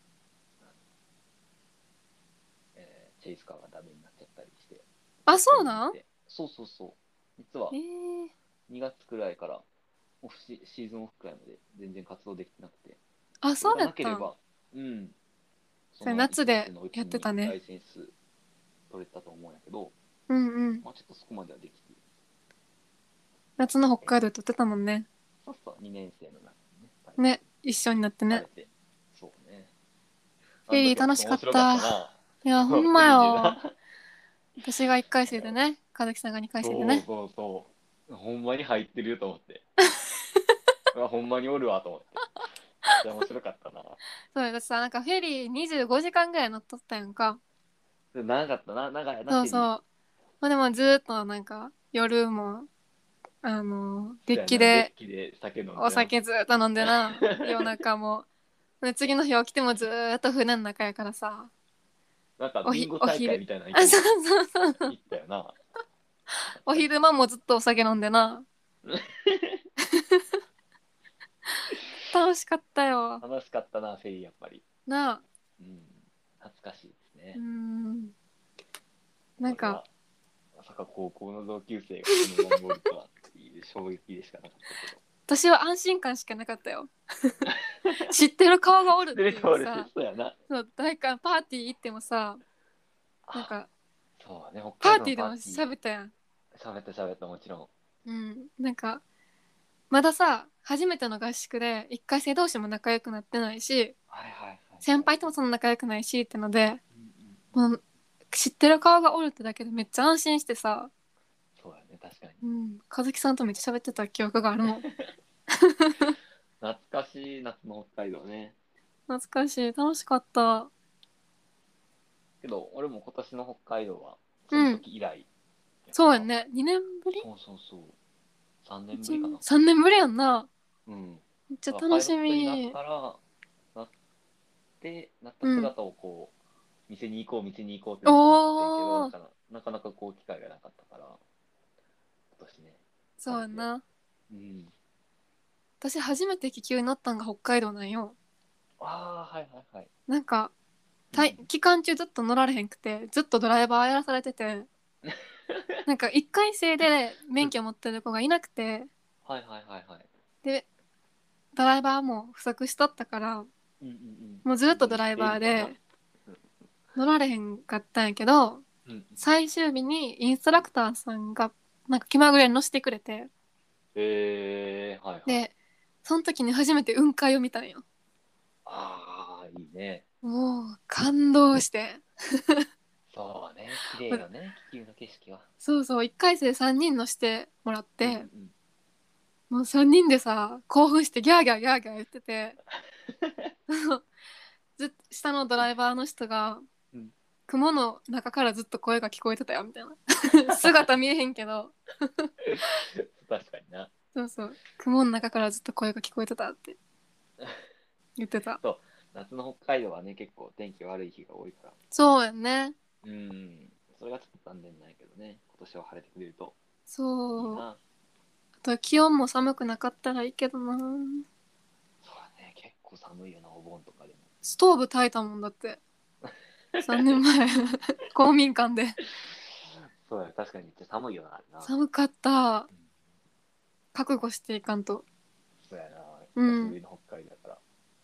えーチェイスカーがダメになっちゃったりして、 あ、 ちょっとそうなん。 伸びて、そうそうそう、実はえー、 にがつくらいからオフシ、シーズンオフくらいまで全然活動できてなくて、 あ、そうそれがやったん。 なければ、うん、そそれの1年生夏でやのうちってたね。 にライセンス取れたと思うんやけど、 うんうん。 まあちょっとそこまではできて、 夏の北え海道撮ってたもんね。 そうそうにねん生の夏にね、パイロッね、 トに一緒になってね。 晴れて、そうね。あフェのリー楽しか時はちょっと面白かっった。いたな。 や、ほそう、 んまフェリーでな。 よ。私が一回生でね、和樹さんが二回生でね。 そうそうそう。ほんまに入ってると思って。うわほんまにおるわと思って。いや、面白かったな。 そうよ、私さ、なんかフェリーにじゅうごじかんぐらい乗っとったやんか。 長かったな、長いな、フェリー。 そうそう。まあでもずーっとなんか、夜も、あの、デッそうやな、デッキでキで酒飲んおでな。 酒ずーっと飲んでな、夜中も。で次の日起きてもずーっと船の中やからさ、 なんか、 おひ、 ビンゴお昼、 大会みたいなの行っあ、 たもんな。 そうそうそうそう。 行ったよな。 お懐かしい。 昼間もずっとお酒飲んでな。楽しかったよ。 楽しかったな、フェリー、やっぱり。 なあ。 うん。懐かしいですうーね。 ん。なんか、 これは、まさか高校の同級生がこの場におるとはっていう衝撃でしかなかったけど。 私は安心感しかなかったよ。知ってる顔がおるっ知ってるていう人おるし、 さ、 そうやな。 そう誰かパーティー行ってもさ、なんあ、 か、 そうね、北海道のパーティーでもパーティー、 喋ったやん。 喋った喋った、もちろん。 うん。なんか、まださ、初めての合宿で、一回生同士も仲良くなってないし、 はいはいはいはい。 先輩ともそんな仲良くないしってので、 うんうんうん。 もう知ってる顔がおるってだけでめっちゃ安心してさ、 そうやね、確かに。 うん、和樹さんとめっちゃ喋ってた記憶があるもん。 懐かしい夏の北海道ね。 懐かしい。楽しかった。 けど、俺も今年の北海道は、そのうん。 時以来やから、 そうやんね。にねんぶりそうそうそう、3年ぶ ?いち 年、 りかな。 さんねんぶりやんな。 うん。 めっちゃだからパイロッ楽しトになっみ。 たら、なって、なったうん。 姿をこう、店に行こう、店に行こうってずっと思っててんけど、 おー。 なかななかなかこう、機会がなかったから、今年ね、晴れて、 そうやんな。 うん。 私初めて気球に乗ったんが北海道なんよ。 ああ、はいはいはい。 なんか、 うんうん。 たい期間中ずっと乗られへんくて、ずっとドライバーやらされてて、なんか一回生で免許持ってる子がいなくて、 はいはいはいはい。 で、ドライバーも不足しとったから、 うんうんうん。 もうずっとド自分ライバーでみたいな。 で乗られへんかったんやけど、 うんうん。 最終日にインストラクターさんがなんか気まぐれに乗せてくれて、 えー、はいはい。 で、その時に初めて雲海を見たんよ。 ああ、いいね。 もう感動して。 そうね、綺麗よね、気球の景色は。 そうそう、一回生さんにん乗してもらっうんうんうて、 ん。 もうさんにんでさ、興奮してギャーギャーギャーギャー言ってて、ずっと下のドライバーの人が、 うん。 雲の中からずっと声が聞こえてたよみたいな。姿見えへんけど、 確かにな。 そうそう。雲の中からずっと声が聞こえてたって言ってた。 そう。夏の北海道はね、結構天気悪い日が多いから。 そうやね。 うん。それがちょっと残念ないけどね。今年は晴れてくれるといいそう。 な。 あと気温も寒くなかったらいいけどな。 そうだね。結構寒いよな、お盆とかでも。 ストーブ炊いたもんだって。さんねんまえ公民館で。 そうや、確かにめっちゃ寒いよな、あれな。 寒かった。 うん覚悟していかんと。 そうやな。 うん久しぶりの北海道だから。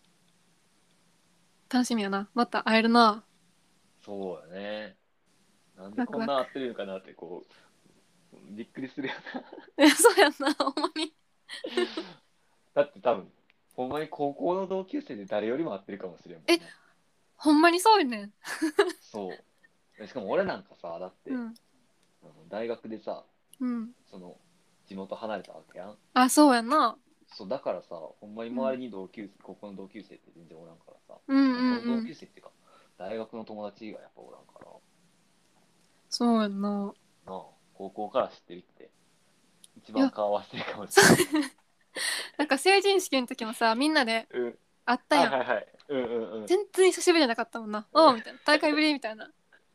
楽しみやな。また会えるな。 そうやね。なんでワクワク。 こんな合ってるのかなって、こう、びっくりするよな。 え、そうやんな、ほんまに。 だって多分、ほんまに高校の同級生で誰よりも合ってるかもしれんもえ、 んな。 ほんまにそうよねん。 そう。しかも俺なんかさ、だって、 うん。 あの大学でさ、 うん。 その、地元離れたわけやん。 あ、そうやんな。 そう、だからさ、ほんまに周りに同級生、高校の同級生って全然おらんからさ、 うんう高校の同んうん。 級生っていうか、大学の友達がやっぱおらんから、 そうやんな。 なあ、高校から知ってるって、一いや、 番顔合わせてるかもしれない。 なんか成人式の時もさ、みんなでうん。 会ったやん。 はいはいはい。うんうんうん。 全然久しぶりじゃなかったもんな。おうみたいな。大会ぶりみたいな。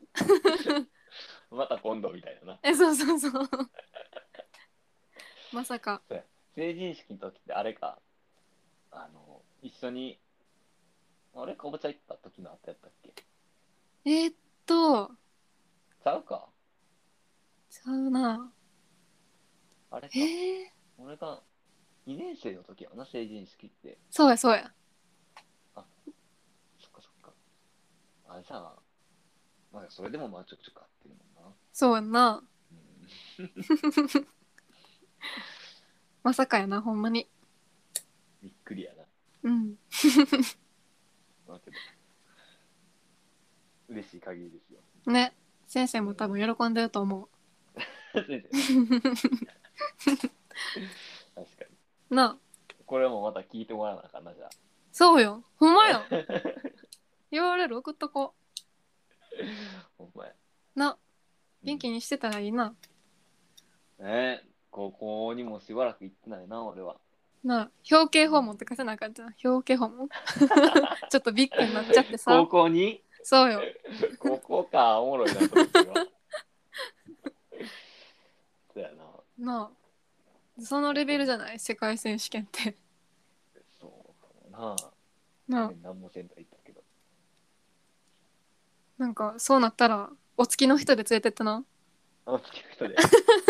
また今度みたいなな。 え、そうそうそう。まさか。 そうや成人式の時ってあれか、あの、一緒に、あれかぼちゃ行った時のあったやったっけえーっと、 ちゃうかちゃうな。 あれか。 えー、 俺がにねん生の時やな、成人式って。 そうやそうや。 あ、そっかそっか。あれさ、まあそれでもまあちょくちょく合ってるもんな。 そうやんな。 うん。 まさかやな、ほんまに。 びっくりやな。 うん。 だけど、嬉しい限りですよ。 ね。先生も多分喜んでると思先生な。確かに。 う。なあ。 これもまた聞いてもらわなあかんな、じゃあ。 そうよ。ほんまよ。言われる送っとこほんまや。 う。な。 うん元気にしてたらいいな。 ねえ、高校にもしばらく行ってないな、俺は。 なあ。表敬訪問って書せなあかんじゃん。表敬訪問ちょっとビッグになっちゃって高さ。 校にそうよ。 高校か、おもろいな、その時は。そうやな。 なあ。そのレベルじゃない世界選手権って。 そうかもな。 なあ。 去年何もせんと言ったけど。 なんか、そうなったら、お付きの人で連れてってな。 あの時の人で。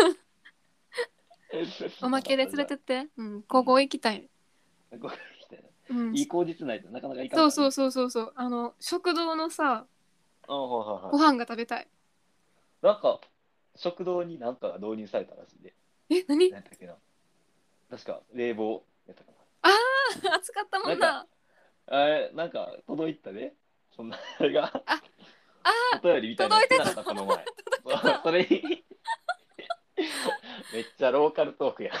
おまけで連れてって。うん。高校行きたい。 これ来たようん。 いい口実ないとなかなかいかんからな。 そうそうそうそうそう。あの、食堂のさ、 あはいはいごはい。 飯が食べたい。 なんか、食堂になんかが導入されたらしいで。 え、何？ 何やったっけな。確か、冷房やったかああ、暑かったな。なんか、 もんな。 あれ、なんか、届いたで。そんな、あれが、 あ、あお便りみたいになってなかった、この前。そうそれに、めっちゃローカルトークや。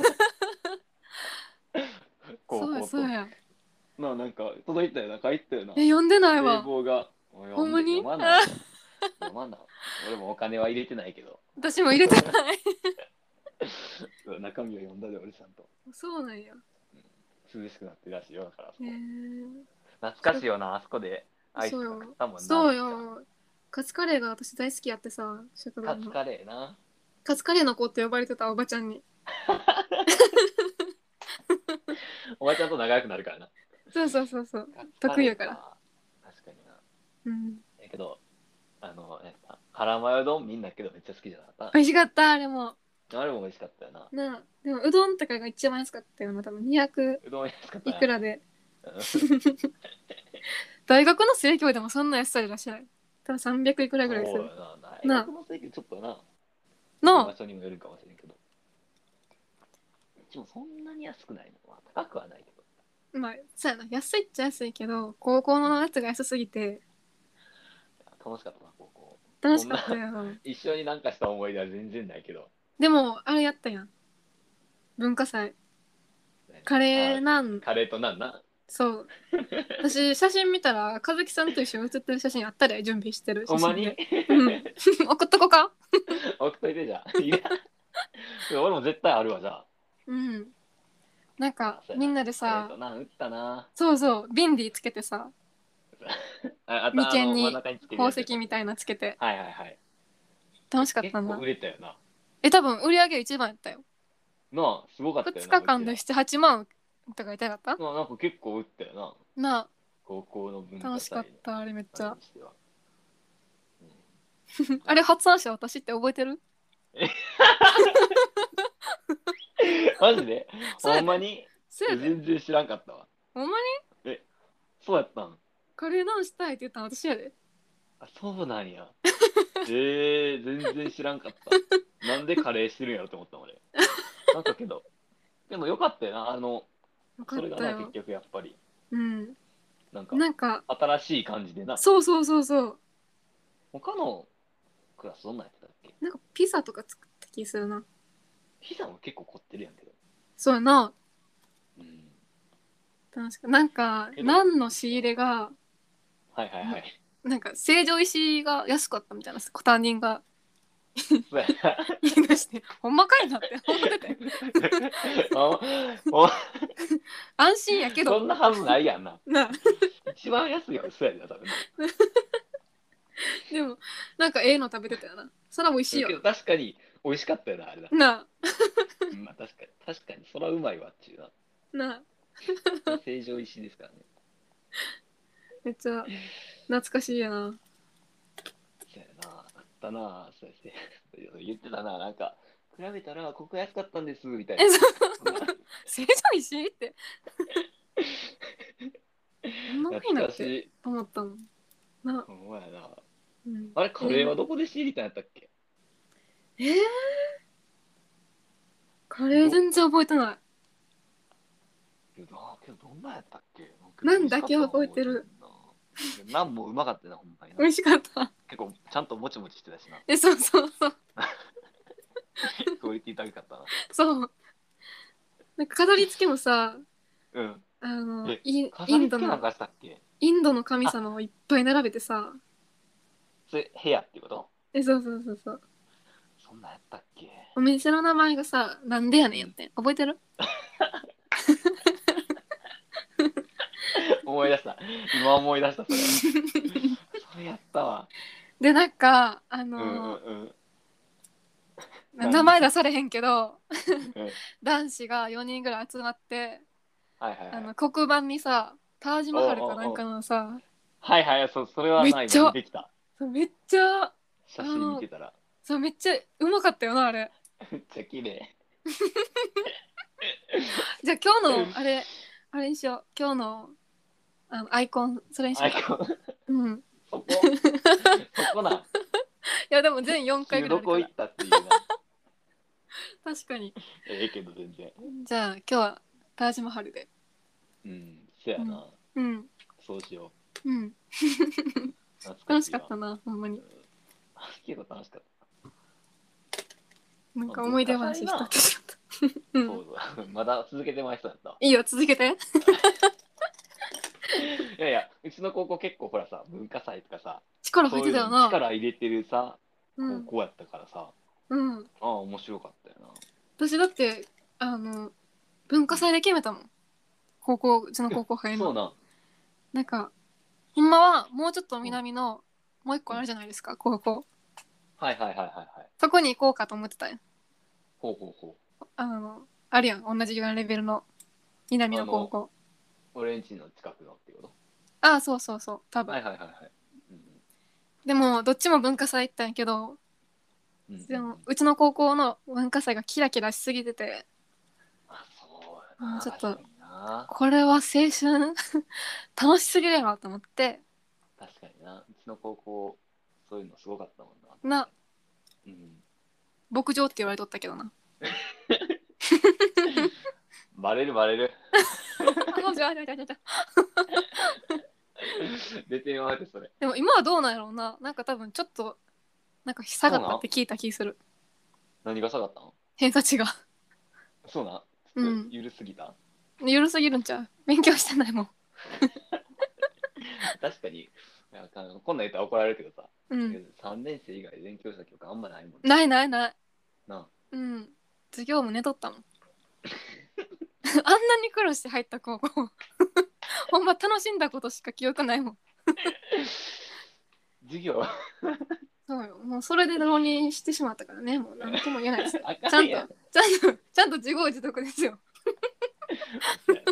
高そうや校トーク。 そうや。 な、なんか、届いたよな、書いてたよな。 え、読んでない冷わ。 房が、おい読んで、 ほんまに？ 読まな。 あ読まな。俺もお金は入れてないけど、 私も入れてない。 中身を読んだで、俺ちゃんと。 そうなんや。 涼しくなってるらしいよ、だからそへこ。 え。 懐かしいよな、あそこでアイスそうとか食っよ。 たもんな。 そうよ。カツカレーが私大好きやってさ、食堂の。 カツカレーな。 カツカレーの子って呼ばれてたおばちゃんに。 おばちゃんと仲良くなるからな。 そうそうそうそう。 カツカ得意やから。 レーか。確かにな。 うん。 やけど、あの、やっぱ、辛マヨ丼みんなけどめっちゃ好きじゃなかっ美味しかった、あれも。 た。あれも美味しかったよな。 なあ。でも、うどんとかが一番安かったよな。多分にひゃくうどん安かったな。 いくらで。 うん大学の生協でもそんな安さでいらっしゃる。多分さんびゃくいくらぐらいする。 そうやな。大学の席ちょっとな、 なあ。 場所にもよるかもしれんけど。でもそんなに安くないのは高くはないけど。 まあ、そうやな。安いっちゃ安いけど、高校のやつが安すぎて、 楽しかったな、高校。 楽しかったよ。 一緒になんかした思い出は全然ないけど。 でも、あれやったやん。文化祭。カレーなん、 カレーとなんな。 そう。私、写真見たら、和樹さんと一緒に写ってる写真あったで、準備してる写ほんまに真で。うん。送っとこか？ 送っといてじゃあ。いや。俺も絶対あるわ、じゃあ。 うんなんかそうやなみんなでえさーとな打ったなそうそうビンディつけてさああとあ眉間にの真ん中につける宝やつやったっけ石みたいなつけてはいはいはい楽しかったな。 結構売れたよなえ多分売り上げ一番やったよ。 なあすごかったよ 2 なうちら日間でななはちまんとか言ってなかったなあなんか結構売ったよなな高校の文あ楽しかっ化祭のたあれめっあちゃれにしては、 あれ発案者私って覚えてる？ マジでそうやでほんまにそうやで全然知らんかったわほんまにえそうやったんカレーナンしたいって言ったの私やで。 あそうなんやえー、全然知らんかったなんでカレーしてるんやろと思った俺なんかけどでもよかったよなあのよかそったよ。 れがな結局やっぱりうんなんかなんか新しい感じでなそうそうそうそう他のクラスどんなんやってたっけなんかピザとか作った気するな。 ピザも結構凝ってるやんけどそうやなうん楽しかなんかけどナンの仕入れがはいはいはいなんか成城石井が安かったみたいな担任がそうやな言い出してほんまかいなって思っててあお安心やけどそんなはずないやんなな一番安いやんそうやでな多分なでもなんかええの食べてたよな。そら美味しいよけど確かに美味しかったよなあれななうんまあ確かに確かにそらうまいわっていうななな成城石井ですからねめっちゃ懐かしいやな。 そうやなあったなそうやって言ってたななんか比べたらここ安かったんですみたいなえそうそんな成城石井ってこんな風になって懐かしい思ったもんな、 ほんまやなうん、 あれカレーはどこで仕入れたんやったっけえー、カレーど全然覚えてないけどなけどどんなんやったっけなんだけ覚えてる。 なんもうまかったなほんまにな美味しかった結構ちゃんともちもちしてたしなえそうそうそうクオリティ高かったなそうなんか飾り付けもさうんあのえイイ飾りンドの付けなんかしたっけインドの神あ様をいっぱい並べてさそれ部屋ってことえそうそうそうそうそんなんやったっけお店の名前がさなんでやねんうんやってん覚えてる？ 思い出した今思い出したそれそれやったわでなんかあうんうんのうんー名前出されへんけどうん男子がよにんぐらい集まってはいはいはいあの黒板にさタージマおうハルかなんおうおうかのさはいはいそそれはな今めっちゃ出てきためっちゃあ写真見のてたらそうめっちゃうまかったよなあれ。 めっちゃ綺麗じゃあ今日のあれあれにしよう今日のあのアイコンそれにしよアイコンう。うんいそこそこなんやでも全よんかい昼どこぐらいあるから行ったっていうな確かに。 ええけど全然じゃあ今日はタージマハルで。 うんそやな、 うんそうしようんう懐楽しかしいわかったなほんまに。 結構楽しかったなんか思い出話したってしまった。うん、 そうそうまだ続けてましたったいいよ続けて。 いやいやうちの高校結構ほらさ文化祭とかさ力入っそういうのにてたよな。 力入れてるさうん高校やったからさ、 うんああ面白かったよな私だってあの文化祭で決めたもん高校うちの高校入るの。 そうなんなんかほんまはもうちょっと南のもう一個あるじゃないですか高校。 はいはいはいはいはいそこに行こうかと思ってたよ。 ほうほうほうあのあるやん同じぐらいのレベルの南の高校。 俺んちの近くのっていうこああそうそうそう多と分、 はいはいはいはい、うんでもどっちも文化祭行ったんやけどうんうんうん、 でもうちの高校の文化祭がキラキラしすぎててあそうやなうんちょっと確かになこれは青春楽しすぎるやろと思って確かになうちの高校そういうのすごかったもんななうん牧場って言われとったけどな。 バレるバレるあじゃあじゃあじゃあじゃあ出てまうでそれでも今はどうなんやろうな。なんか多分ちょっとなんか下がったって聞いた気する何が下がったの偏差値が。 そうなんうんゆるすぎた、 ゆるすぎるんちゃう勉強してないもん。 確かにいやこんなん言ったら怒られるけどさ、 うんさんねん生以外で勉強した記憶あんまないもんないないない。 なうん授業も寝とったもん。 あんなに苦労して入った高校ほんま楽しんだことしか記憶ないもん。 授業そうよ、もうそれで浪人してしまったからね、もう何とも言えないですよ。 あちゃんとかんやん。 ちゃんとちゃんと自業自得ですよ。 そうや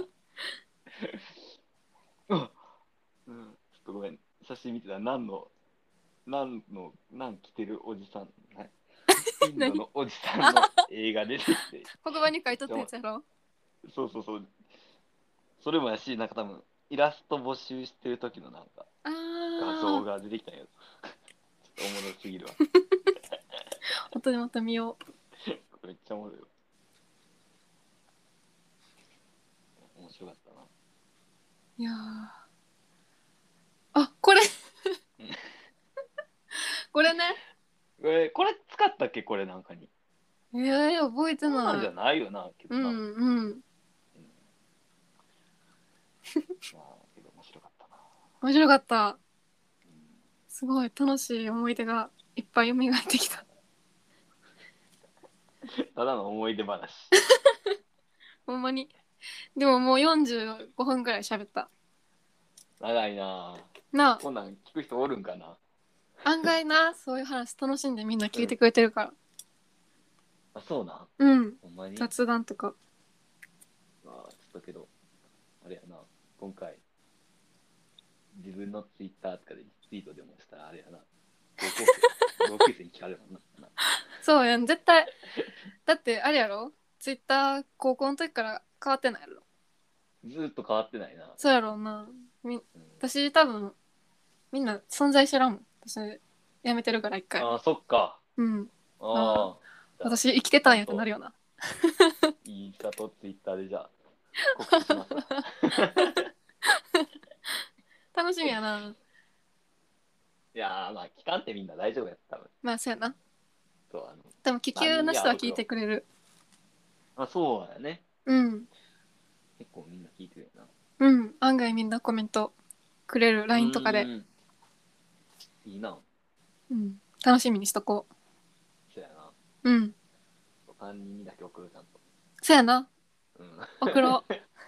なうん、ちょっとごめん、写真見てたら何の、何の、何着てるおじさん、はいインド何のおじさんの映画出てきて、 黒板に書いとったやつやろ。 そうそうそう、それもやし、なんか多分、イラスト募集してる時のなんか、 あ画像ー、 が出てきたんや。ちょっとおもろすぎるわ。 後でまた見よめっちゃおもろいよ。面白かったな。 う。いやー、あ、これこれね。 これ、これ使ったっけこれなんかに。 えー、覚えてそんなんじゃない。 ないよな、けどな。 うんうん。 まあ、けど面白かったな。 面白かった。 うんすごい楽しい思い出がいっぱい蘇ってきた。 ただの思い出話。 ほんまに。でももうよんじゅうごふんぐらい喋った。 長いなぁ。 なあ、 こんなん聞く人おるんかな。 案外な、そういう話楽しんでみんな聞いてうん。 くれてるから。 あ、そうなんうん。 ほんまに雑談とか。 まあ、ちょっとけど、あれやな。今回、自分のツイッターとかでツイートでもしたらあれやな。高校生、同級生に聞かれるもんな。なそうやん、絶対。だってあれやろ、ツイッター高校の時から変わってないやろ。 ずーっと変わってないな。 そうやろうな。みうん、 私多分みんな存在知らんもん。私やめてるから一回。 ああ、そっか。 うん。ああ、 ああ、じゃあ、 私生きてたんやってなちゃんと、 るよな。 インスタとツイッターでじゃあ、告知しますわ。 楽しみやな。 いやー、まあ、聞かんってみんな大丈夫やった、多分。 まあそうやな。 そう、あの、 でも気球何人の人は聞いで会うけど。 てくれる。 まあ、そうやね。 うん。 結構みんな聞いてるよな。 うん。案外みんなコメントくれるうライン とかで。 ーん、いいな。 うん。楽しみにしとこそうやな。 う。うん。 さんにんにだけ送る、ちゃんと。 そうやな。 うん。 送ろ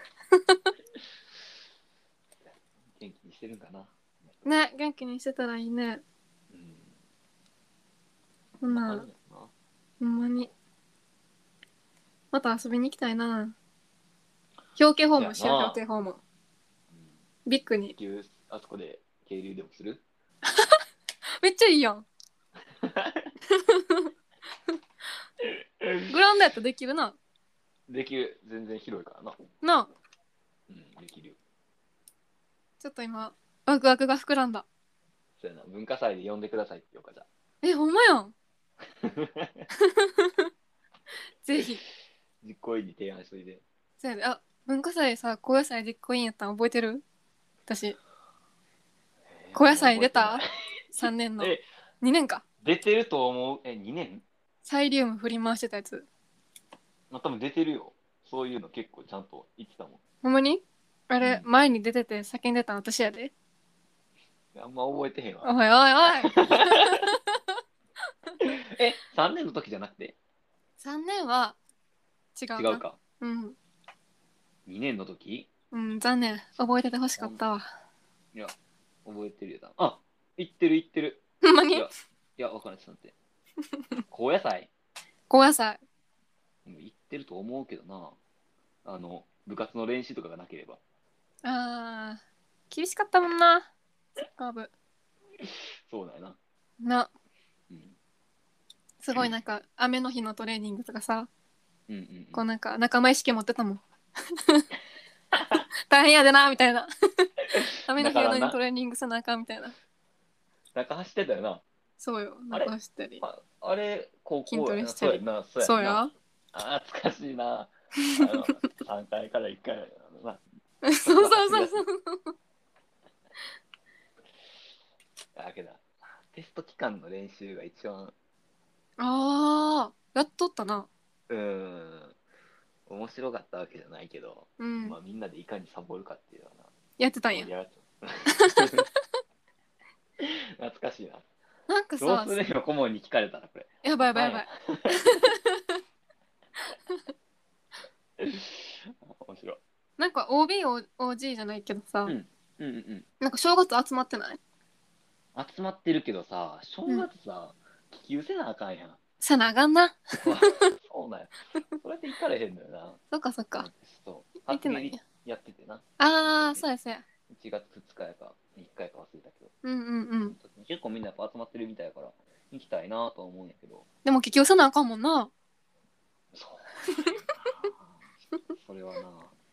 元気にしてるんかな。 う。ね、元気にしてたらいいね。 うん。 ほんなら、 まあ、な。 ほんまに。また遊びに行きたいな。表敬訪そうや問しよう、 な。 表敬訪問。 うん。 ビッグに。 地球、あそこで渓流でもするめっちゃいいやん。グラウンドやったらできるな。 できる。全然広いからな。 なあ。 うん、できるよ。 ちょっと今、ワクワクが膨らんだ。 そうやな。文化祭で呼んでくださいって言おうか、じゃえ、ほんまやん。 あ。 ぜひ。 実行委員に提案しといて。 そうやで。あ、文化祭さ、高野祭実行委員やったん覚えてる？私、 えー高野祭出た？ 覚えてないさん 年の。 え、 にねんか。 出てると思う。え、にねんサイリウム振り回してたやつ。 まあ、多分出てるよ。そういうの結構ちゃんと言ってたもん。 ほんまに？あれ、 うん前に出てて叫んでたの私やで。 あんま覚えてへんわ。 おいおいおい。 え、さんねんの時じゃなくてさんねんは違うな。 違うか。 うん。 にねんの時うん、残念。覚えててほしかったわ。 いや、覚えてるよな。あ、行ってる行ってる。 ほんまに？ いや、いや、わかんない。ちょっと待って。高野菜高野祭。 行ってると思うけどな。あの、部活の練習とかがなければ。 あー、厳しかったもんな。サッカー部。 そうだよな。 な、 うん。 すごいなんか、雨の日のトレーニングとかさ、 うんうん、 こうなんか仲間意識持ってたもん。大変やでな、みたいな。雨の日やのにトレーニングせなあかんみたいな。 中走ってたよな。 そうよ、なんかあれ走ったり。 ああれ、高筋校やな。 トレしたり。 そうやんな。そうやんな。 そうや。 あ懐かしいな。あの、さんかいからいっかいやな。 そうそうそうそう。 だけど、テスト期間の練習が一番、 あー、やっとったな。 うーん、面白かったわけじゃないけど、 うん。 まあみんなでいかにサボるかっていうような、 やってたんや。 盛り上がっちゃう懐かしいな。 なんかさ、 どうするよ、顧問に聞かれたらこれ。 やばいやばいやばい。 オービー、オージー じゃないけどさ、 うんうんうんうん。 なんか正月集まってない？ 集まってるけどさ、正うん。 月さ、気球せなあかんやん。 さなあかんな。 そうなんや。それで行かれへんのよな。 そっかそっか。 うん、そう。 見てないんや。 初蹴りやっててな。 あー、そうやそうや。 いちがつふつかやかいっかやか忘れたけど。 うんうんうん。 結構みんなやっぱ集まってるみたいやから、行きたいなとは思うんやけど。 でも結局さなあかんもんな。 そうなんやな。それはな、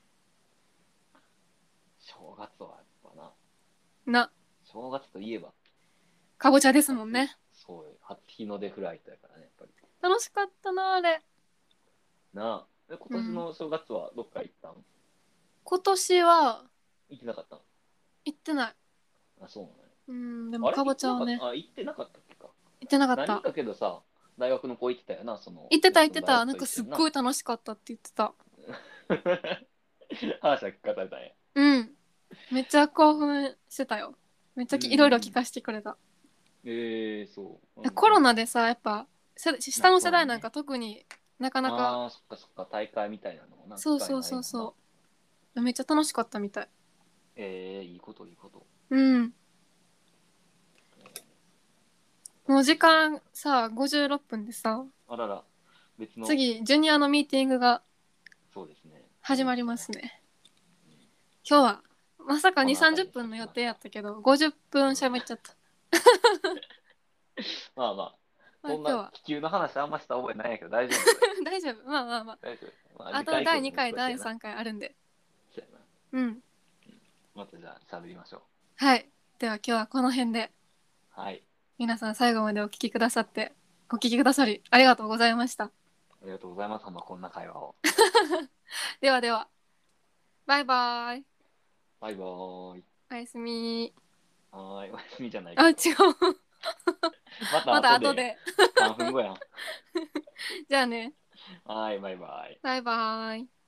正月はやっぱな、 な、 正月といえば、 かぼちゃですもんね。 そうよ、初日の出フライトやからね、やっぱり。 楽しかったな、あれ。 なあ、で今年の正月はどっか行ったん？ 今年は行ってなかったん？ 行ってない。 あ、そうなのね。 うん、でもあれかぼ行ってなかった？ ちゃをね、 あ、行ってなかったっけか。 行ってなかっ何た。 かけどさ、大学の子行ってたよな、その、 行ってた行ってた。 別の大学なんかすっと一緒にな。 ごい楽しかったって言ってた。 話は聞かされたんや。 うん。めっちゃ興奮してたよ。めっちゃきいろいろ聞かせてくれた。 ええー、そう。うん、 コロナでさ、やっぱ、せ下の世代なんかね、 特になかなか、 ああ、そっかそっか、大会みたいなのもな、機会そうそうないもんな。 そうそう。めっちゃ楽しかったみたい。 ええー、いいこといいこと。 うん。もう時間さ、ごじゅうろっぷんでさ、 あらら、別の、 次、ジュニアのミーティングがそうですね。 始まりますね。 ね。今日は、まさかに、30 この辺りで分の予定させてました。 やったけど、ごじゅっぷん喋っちゃった。 まあまあ、 まあそんな今日は、 気球の話あんました覚えないんやけど、大丈夫それ。 大丈夫。まあまあまあ。 大丈夫。まあ、 あと次回以降だいにかい、だいにも聞こえてやな。 さんかいあるんで。 そうやな。 うん。 またじゃあ、喋りましょう。 はい。では今日はこの辺で、 はい。 皆さん最後までお聞きくださって、お聞きくださり、ありがとうございました。 ありがとうございます。まあ、こんな会話を。 ではでは、バイバイ。 バイバーイ。 おやすみ。 はーい。おやすみじゃないあ、違う。 けど。またまた後で。 後で。 さんぷんごやん。 じゃあね。 はーい、バイバイ。 バイバイ。